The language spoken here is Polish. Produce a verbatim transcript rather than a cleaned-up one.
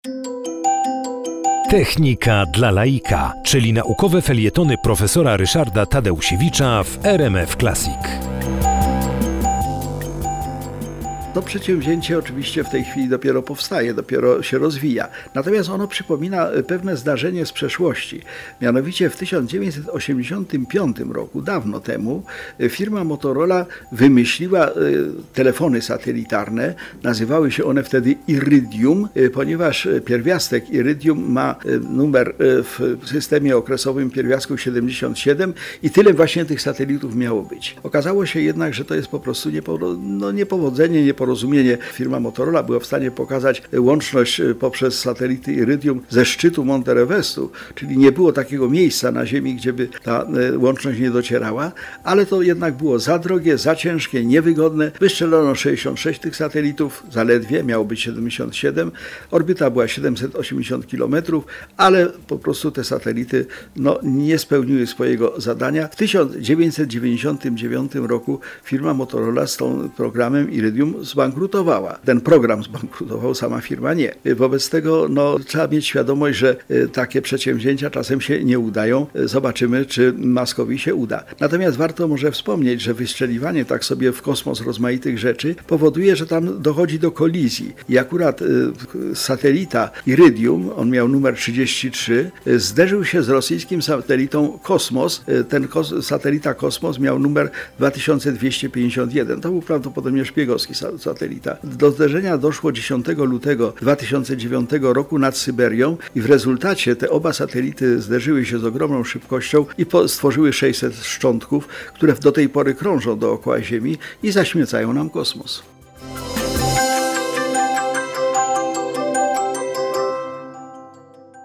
Technika dla laika, czyli naukowe felietony profesora Ryszarda Tadeusiewicza w R M F Classic. To przedsięwzięcie oczywiście w tej chwili dopiero powstaje, dopiero się rozwija. Natomiast ono przypomina pewne zdarzenie z przeszłości. Mianowicie w tysiąc dziewięćset osiemdziesiątym piątym roku, dawno temu, firma Motorola wymyśliła telefony satelitarne. Nazywały się one wtedy Iridium, ponieważ pierwiastek Iridium ma numer w systemie okresowym pierwiastków siedemdziesiąt siedem i tyle właśnie tych satelitów miało być. Okazało się jednak, że to jest po prostu niepo, no, niepowodzenie, nieporozumienie. Porozumienie. Firma Motorola była w stanie pokazać łączność poprzez satelity Iridium ze szczytu Monte Everestu, czyli nie było takiego miejsca na Ziemi, gdzie by ta łączność nie docierała, ale to jednak było za drogie, za ciężkie, niewygodne. Wystrzelono sześćdziesiąt sześć tych satelitów, zaledwie, miało być siedemdziesiąt siedem, orbita była siedemset osiemdziesiąt kilometrów, ale po prostu te satelity no, nie spełniły swojego zadania. W tysiąc dziewięćset dziewięćdziesiątym dziewiątym roku firma Motorola z tym programem Iridium zbankrutowała. Ten program zbankrutował, sama firma nie. Wobec tego no, trzeba mieć świadomość, że y, takie przedsięwzięcia czasem się nie udają. Y, zobaczymy, czy Muskowi się uda. Natomiast warto może wspomnieć, że wystrzeliwanie tak sobie w kosmos rozmaitych rzeczy powoduje, że tam dochodzi do kolizji. I akurat y, satelita Iridium, on miał numer trzydzieści trzy, y, zderzył się z rosyjskim satelitą Kosmos. Y, ten kos satelita Kosmos miał numer dwa tysiące dwieście pięćdziesiąt jeden. To był prawdopodobnie szpiegowski satelita. Do zderzenia doszło dziesiątego lutego dwa tysiące dziewiątego roku nad Syberią i w rezultacie te oba satelity zderzyły się z ogromną szybkością i stworzyły sześćset szczątków, które do tej pory krążą dookoła Ziemi i zaśmiecają nam kosmos.